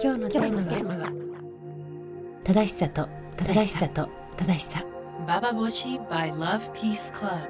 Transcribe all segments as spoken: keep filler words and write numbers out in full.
今日のテーマは正しさと正しさと正しさ。 ババボシ by Love Peace Club。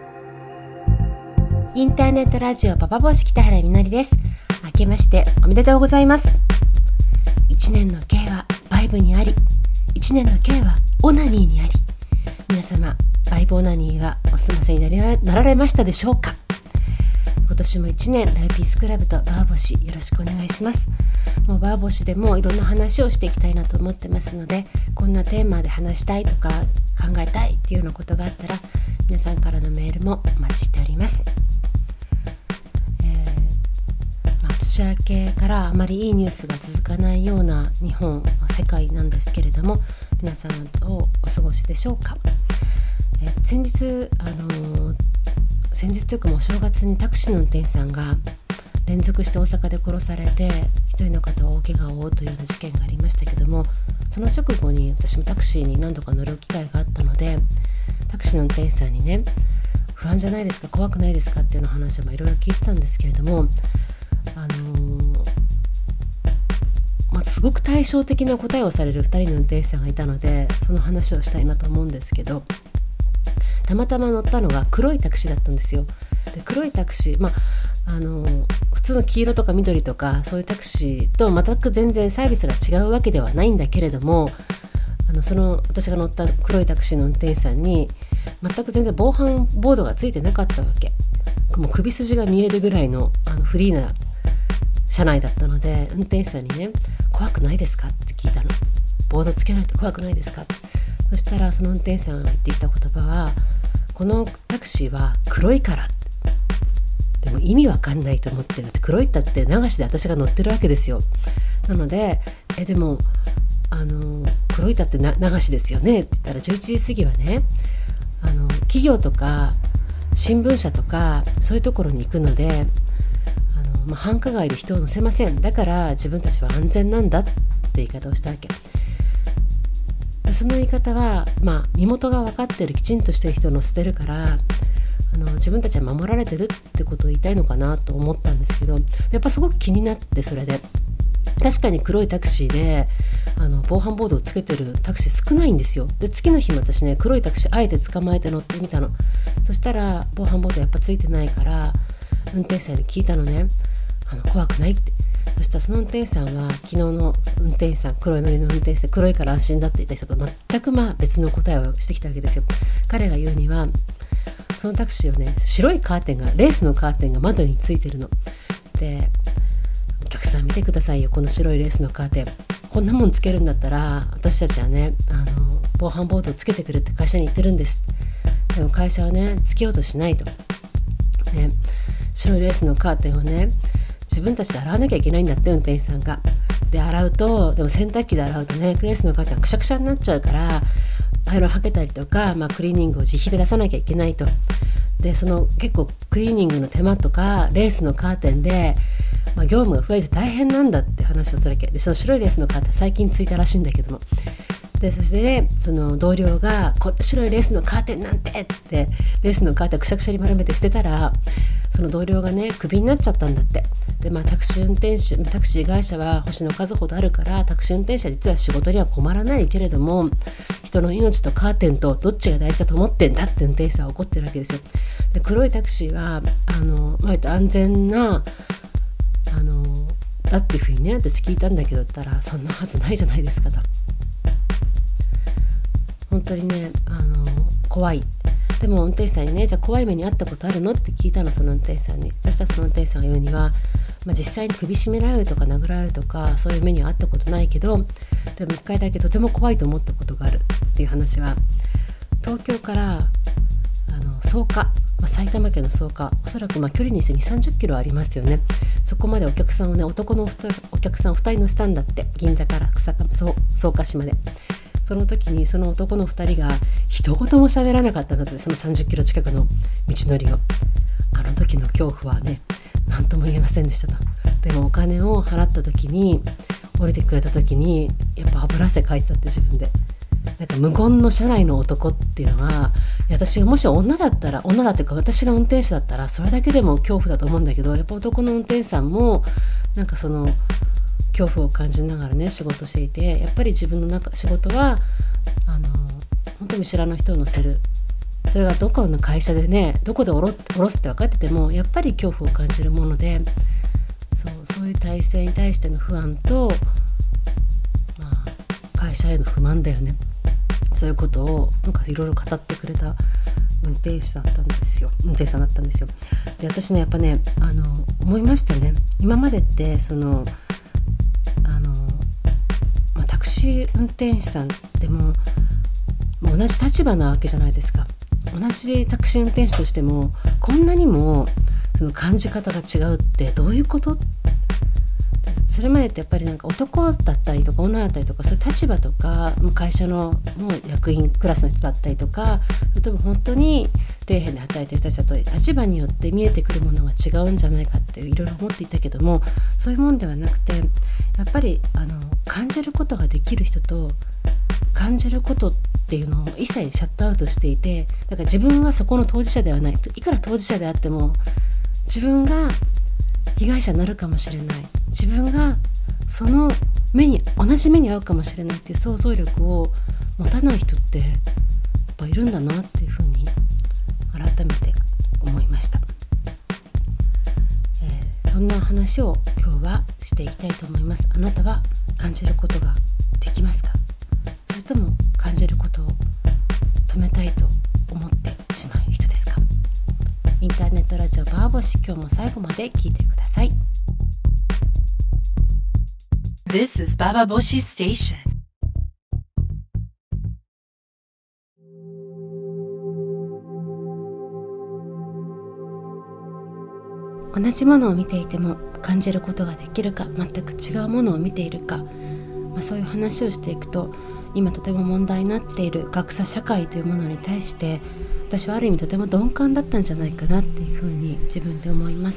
インターネットラジオババボシ北原みのりです。明けましておめでとうございます。一年の計はバイブにあり、一年の計はオナニーにあり、皆様バイブオナニーはお済ませになりなられましたでしょうか。今年もいちねんライフピースクラブとバーボシよろしくお願いします。もうバーボシでもいろんな話をしていきたいなと思ってますので、こんなテーマで話したいとか考えたいっていうようなことがあったら皆さんからのメールもお待ちしております。えーまあ、年明けからあまりいいニュースが続かないような日本、世界なんですけれども、皆さんはどうお過ごしでしょうか。えー、先日あのー先日というかもう正月にタクシーの運転手さんが連続して大阪で殺されて一人の方は大怪我を負うというような事件がありましたけども、その直後に私もタクシーに何度か乗る機会があったので、タクシーの運転手さんにね、不安じゃないですか、怖くないですかっていうの話をいろいろ聞いてたんですけれども、あのーまあ、すごく対照的な答えをされるふたりの運転手さんがいたので、その話をしたいなと思うんですけど、たまたま乗ったのが黒いタクシーだったんですよ。で黒いタクシー、まあ、あの普通の黄色とか緑とかそういうタクシーと全く全然サービスが違うわけではないんだけれども、あのその私が乗った黒いタクシーの運転手さんに全く全然防犯ボードがついてなかったわけ。もう首筋が見えるぐらい の, あのフリーな車内だったので、運転手さんにね、怖くないですかって聞いたの。ボードつけないと怖くないですかって。そしたらその運転手さんが言ってきた言葉は、このタクシーは黒いからって。でも意味わかんないと思ってるって、黒いったって流しで私が乗ってるわけですよ。なのでえでもあの黒いったってな流しですよねって言ったら、じゅういちじ過ぎはね、あの企業とか新聞社とかそういうところに行くので、あの、まあ、繁華街で人を乗せません、だから自分たちは安全なんだって言い方をしたわけ。その言い方は、まあ、身元が分かってるきちんとしてる人を乗せてるから、あの自分たちは守られてるってことを言いたいのかなと思ったんですけど、やっぱすごく気になって、それで確かに黒いタクシーであの防犯ボードをつけてるタクシー少ないんですよ。で次の日も私ね、黒いタクシーあえて捕まえて乗ってみたの。そしたら防犯ボードやっぱついてないから、運転手さんに聞いたのね、あの怖くないって。そしたらその運転手さんは昨日の運転手さん、黒い乗りの運転手で黒いから安心だって言った人と全くまあ別の答えをしてきたわけですよ。彼が言うには、そのタクシーをね、白いカーテンが、レースのカーテンが窓についてるので、お客さん見てくださいよ、この白いレースのカーテン、こんなもんつけるんだったら私たちはね、あの防犯ボードをつけてくるって会社に言ってるんです。でも会社はね、つけようとしないと、ね、白いレースのカーテンをね、自分たちで洗わなきゃいけないんだって、運転手さんが。で洗うと、でも洗濯機で洗うとね、レースのカーテンはくしゃくしゃになっちゃうから、アイロンはけたりとか、まあ、クリーニングを自費で出さなきゃいけないと。でその結構クリーニングの手間とかレースのカーテンで、まあ、業務が増えて大変なんだって話をするわけで、その白いレースのカーテン最近ついたらしいんだけども、でそして、ね、その同僚がこ白いレースのカーテンなんてってレースのカーテンをくしゃくしゃに丸めて捨てたら、その同僚がねクビになっちゃったんだって。で、まあ、タクシー運転手タクシー会社は星の数ほどあるから、タクシー運転手は実は仕事には困らないけれども、人の命とカーテンとどっちが大事だと思ってんだって運転手さんは怒ってるわけですよ。で黒いタクシーはあの割と安全なあのだっていうふうにね、私聞いたんだけど、言ったらそんなはずないじゃないですかと。本当にね、あの怖い。でも運転手さんにね、じゃあ怖い目に遭ったことあるのって聞いたの、その運転手さんに。そしたらその運転手さんが言うには、まあ、実際に首絞められるとか殴られるとかそういう目には遭ったことないけど、でも一回だけとても怖いと思ったことがあるっていう話は、東京からあの草加、まあ、埼玉県の草加、おそらくまあ距離にしてにじゅう、さんじゅっキロありますよね。そこまでお客さんをね、男のお客さんをふたり乗せたんだって、銀座から草加市まで。その時にその男のふたりが一言も喋らなかったんだって、そのさんじゅっキロ近くの道のりを。あの時の恐怖はね、何とも言えませんでしたと。でもお金を払った時に、降りてくれた時にやっぱ油汗かいてたって、自分で。なんか無言の車内の男っていうのは、私がもし女だったら、女だっていうか私が運転手だったらそれだけでも恐怖だと思うんだけど、やっぱ男の運転手さんもなんかその恐怖を感じながらね仕事していて、やっぱり自分の中仕事はあの本当に見知らぬ人を乗せる、それがどこの会社でねどこで降ろ、降ろすって分かっててもやっぱり恐怖を感じるもので、そう、そういう体制に対しての不安と、まあ、会社への不満だよね。そういうことをなんかいろいろ語ってくれた運転手だったんですよ運転手さんだったんですよ。で私ねやっぱねあの思いましたね。今までってそのあの、まあ、タクシー運転手さんでも、まあ、同じ立場なわけじゃないですか。同じタクシー運転手としてもこんなにもその感じ方が違うってどういうこと。それまでってやっぱりなんか男だったりとか女だったりとかそういう立場とか会社のもう役員クラスの人だったりとか、例えば本当に底辺で働いてる人たちだと立場によって見えてくるものが違うんじゃないかっていろいろ思っていたけども、そういうもんではなくて、やっぱりあの感じることができる人と感じることっていうのを一切シャットアウトしていて、だから自分はそこの当事者ではない、いくら当事者であっても自分が被害者になるかもしれない、自分がその目に同じ目に遭うかもしれないっていう想像力を持たない人ってやっぱいるんだなっていうふうに改めて思いました。えー、そんな話を今日はしていきたいと思います。あなたは感じることができますか？それとも感じることを止めたいと思ってしまう人ですか？インターネットラジオバーボシ、今日も最後まで聞いてください。 This is Baba Boshi Station. 同じものを見ていても感じることができるか、全く違うものを見ているか、まあ、そういう話をしていくと、今とても問題になっている格差社会というものに対して私はある意味とても鈍感だったんじゃないかなっていうふうに自分で思います。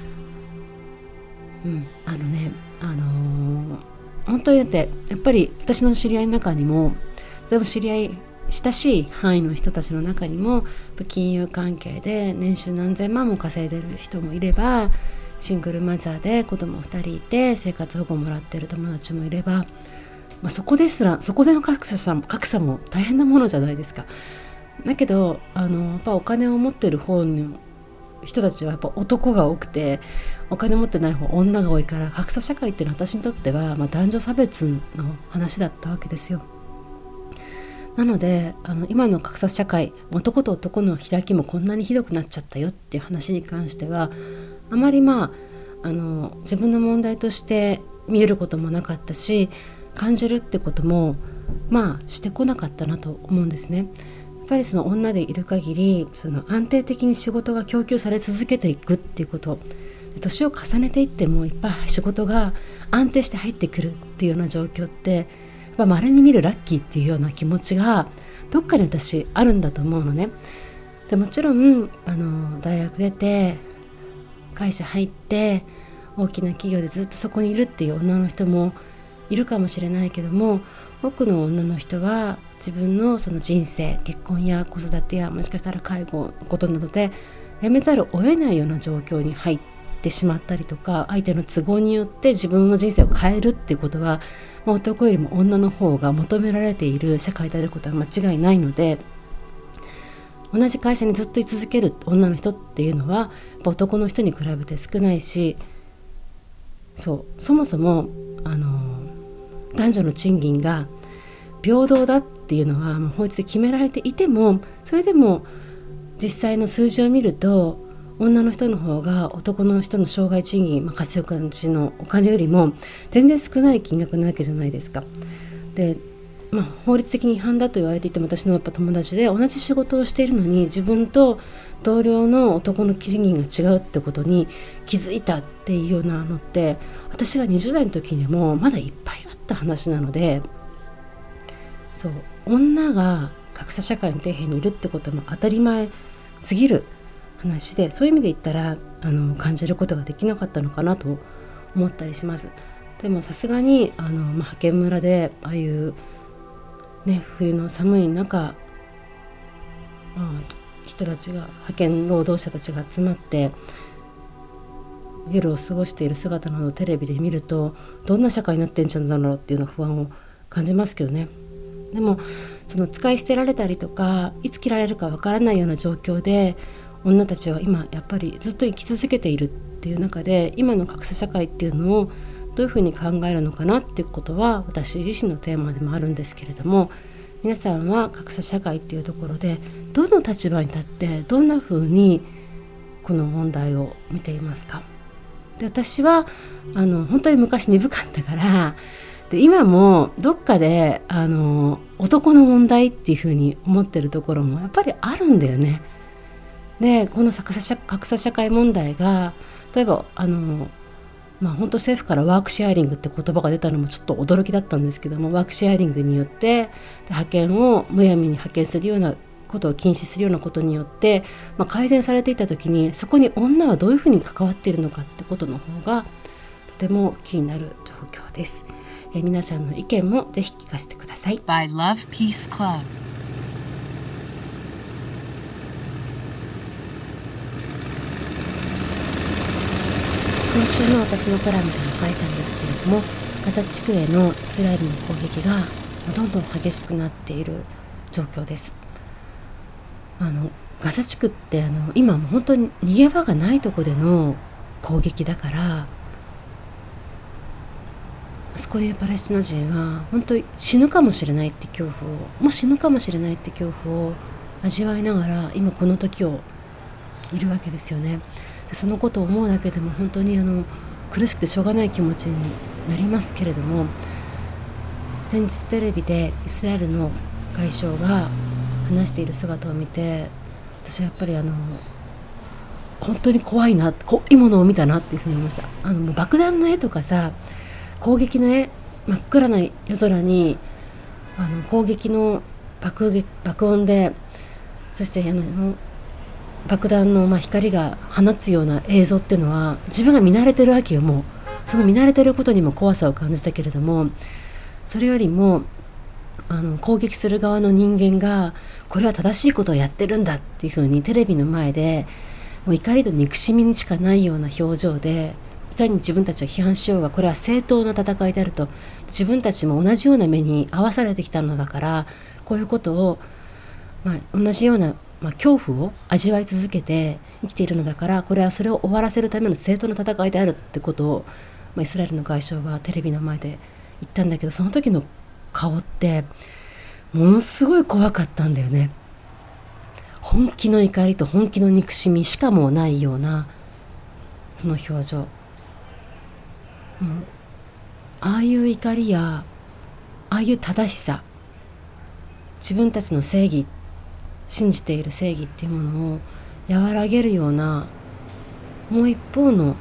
うん、あのね、あのー、本当にだってやっぱり私の知り合いの中にも、例えば知り合い親しい範囲の人たちの中にも金融関係で年収何千万も稼いでる人もいれば、シングルマザーで子供ふたりいて生活保護もらってる友達もいれば、まあ、そこですらそこでの格差も、格差も大変なものじゃないですか。だけどあのやっぱお金を持ってる方の人たちはやっぱ男が多くて、お金持ってない方女が多いから、格差社会っていうのは私にとっては、まあ、男女差別の話だったわけですよ。なのであの今の格差社会、男と男の開きもこんなにひどくなっちゃったよっていう話に関してはあまりまあ、あの自分の問題として見えることもなかったし、感じるってこともまあしてこなかったなと思うんですね。やっぱりその女でいる限り、その安定的に仕事が供給され続けていくっていうこと、年を重ねていってもいっぱい仕事が安定して入ってくるっていうような状況って、やっぱ稀に見るラッキーっていうような気持ちがどっかに私あるんだと思うのね。でもちろんあの大学出て会社入って大きな企業でずっとそこにいるっていう女の人もいるかもしれないけども、多くの女の人は自分のその人生、結婚や子育てやもしかしたら介護のことなどで辞めざるを得ないような状況に入ってしまったりとか、相手の都合によって自分の人生を変えるっていうことは、男よりも女の方が求められている社会であることは間違いないので、同じ会社にずっと居続ける女の人っていうのはやっぱ男の人に比べて少ないし、そうそもそもあの男女の賃金が平等だっていうのはもう法律で決められていても、それでも実際の数字を見ると女の人の方が男の人の生涯賃金、まあ、稼ぐ感じのお金よりも全然少ない金額なわけじゃないですか。で、まあ、法律的に違反だと言われていても、私のやっぱ友達で同じ仕事をしているのに自分と同僚の男の賃金が違うってことに気づいたっていうようなのって、私がにじゅう代の時にもまだいっぱいあった話なので、そう女が格差社会の底辺にいるってことも当たり前すぎる話で、そういう意味で言ったらあの感じることができなかったのかなと思ったりします。でもさすがにあの、まあ、派遣村でああいうね、冬の寒い中、まあ、人たちが派遣労働者たちが集まって夜を過ごしている姿などをテレビで見ると、どんな社会になってんじゃんだろうっていうの不安を感じますけどね。でもその使い捨てられたりとか、いつ切られるかわからないような状況で女たちは今やっぱりずっと生き続けているっていう中で、今の格差社会っていうのをどういうふうに考えるのかなっていうことは私自身のテーマでもあるんですけれども、皆さんは格差社会っていうところでどの立場に立ってどんなふうにこの問題を見ていますか。で、私はあの本当に昔鈍かったから、で今もどっかであの男の問題っていうふうに思ってるところもやっぱりあるんだよね。でこの格差社、格差社会問題が例えばあのまあ、本当政府からワークシェアリングって言葉が出たのもちょっと驚きだったんですけども、ワークシェアリングによって派遣をむやみに派遣するようなことを禁止するようなことによって、まあ、改善されていた時に、そこに女はどういうふうに関わっているのかってことの方がとても気になる状況です。えー、皆さんの意見もぜひ聞かせてください。 By Love Peace Club。 今週の私のコラムでも書いたんですけれども、ガザ地区へのイスラエルの攻撃がどんどん激しくなっている状況です。あのガザ地区ってあの今もう本当に逃げ場がないところでの攻撃だから、あそこにパレスチナ人は本当に死ぬかもしれないって恐怖をもう死ぬかもしれないって恐怖を味わいながら今この時をいるわけですよね。そのことを思うだけでも本当にあの苦しくてしょうがない気持ちになりますけれども、先日テレビでイスラエルの外相が話している姿を見て、私はやっぱりあの本当に怖いな、こいいものを見たなっていうふうに思いました。あのもう爆弾の絵とかさ、攻撃の絵、真っ暗な夜空にあの攻撃の 爆撃、爆音で、そしてあの爆弾のまあ光が放つような映像っていうのは自分が見慣れてるわけよ。もうその見慣れてることにも怖さを感じたけれども、それよりもあの攻撃する側の人間がこれは正しいことをやってるんだっていうふうにテレビの前でもう怒りと憎しみにしかないような表情で、いかに自分たちを批判しようがこれは正当な戦いであると、自分たちも同じような目に遭わされてきたのだから、こういうことを、まあ、同じようなまあ、恐怖を味わい続けて生きているのだから、これはそれを終わらせるための正当な戦いであるってことを、まあ、イスラエルの外相はテレビの前で言ったんだけど、その時の顔ってものすごい怖かったんだよね。本気の怒りと本気の憎しみしかもないようなその表情、もうああいう怒りやああいう正しさ、自分たちの正義、信じている正義っていうものを和らげるようなもう一方の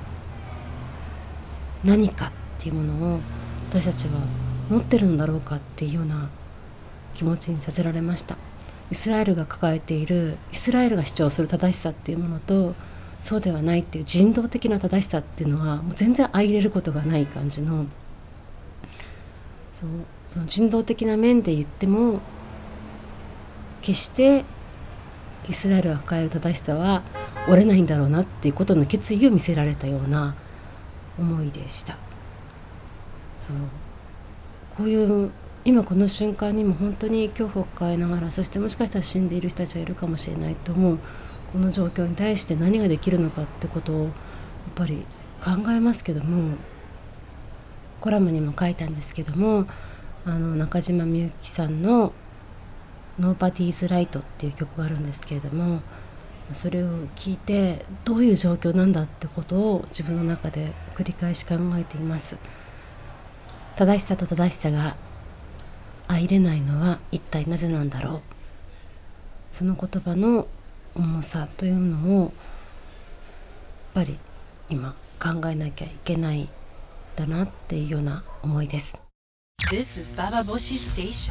何かっていうものを私たちは持ってるんだろうかっていうような気持ちにさせられました。イスラエルが抱えている、イスラエルが主張する正しさっていうものと、そうではないっていう人道的な正しさっていうのはもう全然相入れることがない感じの、そう、その人道的な面で言っても決してイスラエルが抱える正しさは折れないんだろうなっていうことの決意を見せられたような思いでした。そう、こういう今この瞬間にも本当に恐怖を抱えながら、そしてもしかしたら死んでいる人たちがいるかもしれないと思うこの状況に対して何ができるのかってことをやっぱり考えますけども、コラムにも書いたんですけども、あの中島みゆきさんのNobody's Rightっていう曲があるんですけれども、それを聞いてどういう状況なんだってことを自分の中で繰り返し考えています。正しさと正しさが相入れないのは一体なぜなんだろう。その言葉の重さというのをやっぱり今考えなきゃいけないんだなっていうような思いです。 This is Baba Boshi Station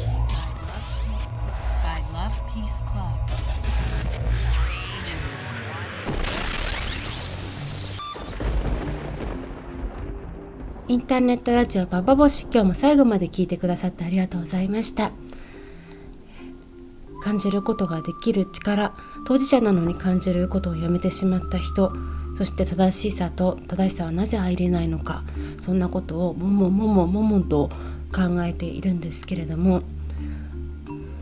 by Love Peace Club。 インターネットラジオババボシ、今日も最後まで聞いてくださってありがとうございました。感じることができる力、当事者なのに感じることをやめてしまった人、 そして正しさと正しさはなぜ入れないのか、そんなことをもんもんもんもんもんもんと考えているんですけれども、うん、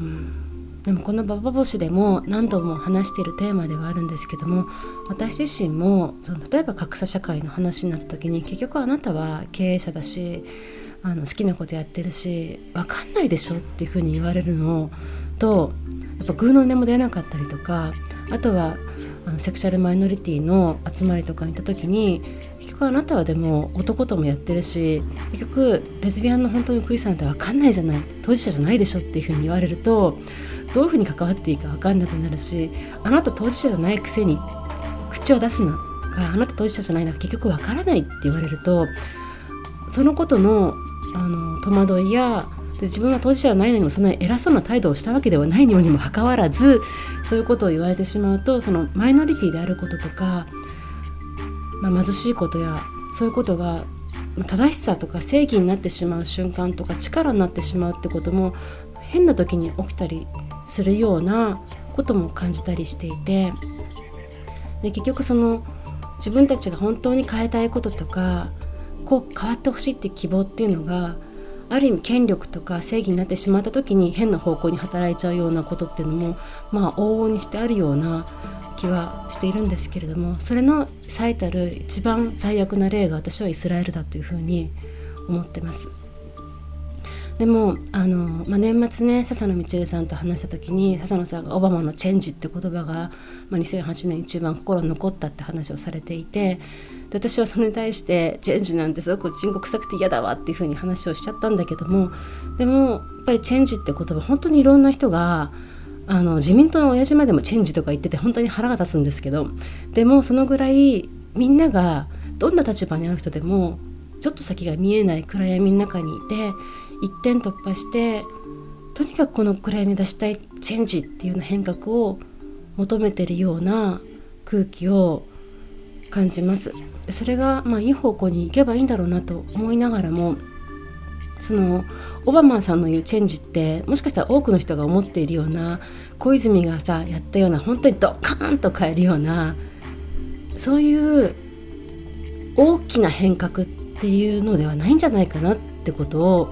でもこのババ星でも何度も話しているテーマではあるんですけども、私自身もその例えば格差社会の話になった時に、結局あなたは経営者だし、あの好きなことやってるし分かんないでしょっていうふうに言われるのと、やっぱグーの音も出なかったりとか、あとはあのセクシャルマイノリティの集まりとかに行った時に、結局あなたはでも男ともやってるし、結局レズビアンの本当にクイーンなんて分かんないじゃない、当事者じゃないでしょっていうふうに言われると、どういうふうに関わっていいか分かんなくなるし、あなた当事者じゃないくせに口を出すなが、あなた当事者じゃないのが結局分からないって言われると、そのことのあの戸惑いや、で自分は当事者じゃないのにもそんなに偉そうな態度をしたわけではないにもにもかかわらず、そういうことを言われてしまうと、そのマイノリティであることとか、まあ、貧しいことやそういうことが正しさとか正義になってしまう瞬間とか力になってしまうってことも変な時に起きたりするようなことも感じたりしていて、で結局その自分たちが本当に変えたいこととか、こう変わってほしいって希望っていうのがある意味権力とか正義になってしまった時に変な方向に働いちゃうようなことっていうのも、まあ往々にしてあるような気はしているんですけれども、それの最たる一番最悪な例が私はイスラエルだというふうに思ってます。でもあの、まあ、年末ね、笹野みちえさんと話した時に、笹野さんがオバマのチェンジって言葉が、まあ、にせんはちねん一番心に残ったって話をされていて、で私はそれに対してチェンジなんてすごく人工臭くて嫌だわっていうふうに話をしちゃったんだけども、でもやっぱりチェンジって言葉、本当にいろんな人があの自民党の親父までもチェンジとか言ってて本当に腹が立つんですけど、でもそのぐらいみんながどんな立場にある人でもちょっと先が見えない暗闇の中にいて、一点突破してとにかくこの暗闇出したいチェンジっていうような変革を求めているような空気を感じます。でそれがまあいい方向に行けばいいんだろうなと思いながらも、そのオバマさんの言うチェンジってもしかしたら多くの人が思っているような、小泉がさやったような本当にドカーンと変えるような、そういう大きな変革っていうのではないんじゃないかなってことを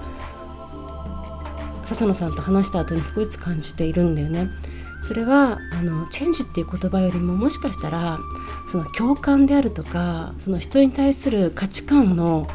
笹野さんと話した後に少しずつ感じているんだよね。それはあのチェンジっていう言葉よりも、もしかしたらその共感であるとか、その人に対する価値観の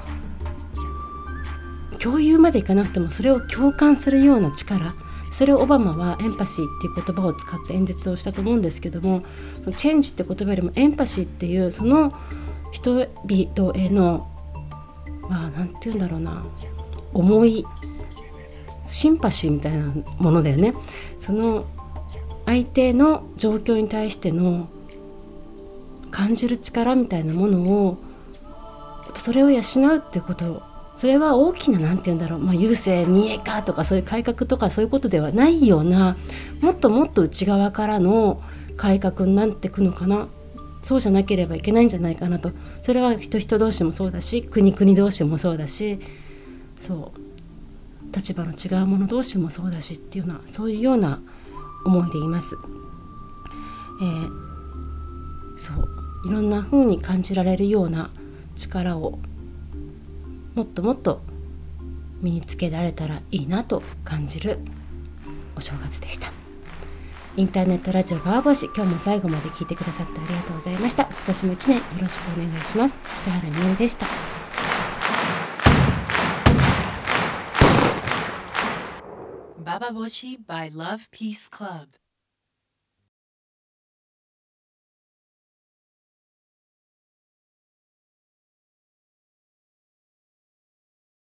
共有までいかなくてもそれを共感するような力、それをオバマはエンパシーっていう言葉を使って演説をしたと思うんですけども、そのチェンジって言葉よりもエンパシーっていうその人々への、まあなんて言うんだろうな、思い、シンパシーみたいなものだよね。その相手の状況に対しての感じる力みたいなものを、やっぱそれを養うってこと、それは大きななんて言うんだろう、まあ、郵政民営化とかそういう改革とかそういうことではないような、もっともっと内側からの改革になっていくのかな。そうじゃなければいけないんじゃないかなと。それは人人同士もそうだし、国国同士もそうだし、そう立場の違う者同士もそうだしっていうような、そういうような思いでいます。えー、そういろんな風に感じられるような力をもっともっと身につけられたらいいなと感じるお正月でした。インターネットラジオバーボシ、今日も最後まで聞いてくださってありがとうございました。今年も一年よろしくお願いします。北原みのりでした。 Bababoshi by Love Peace Club.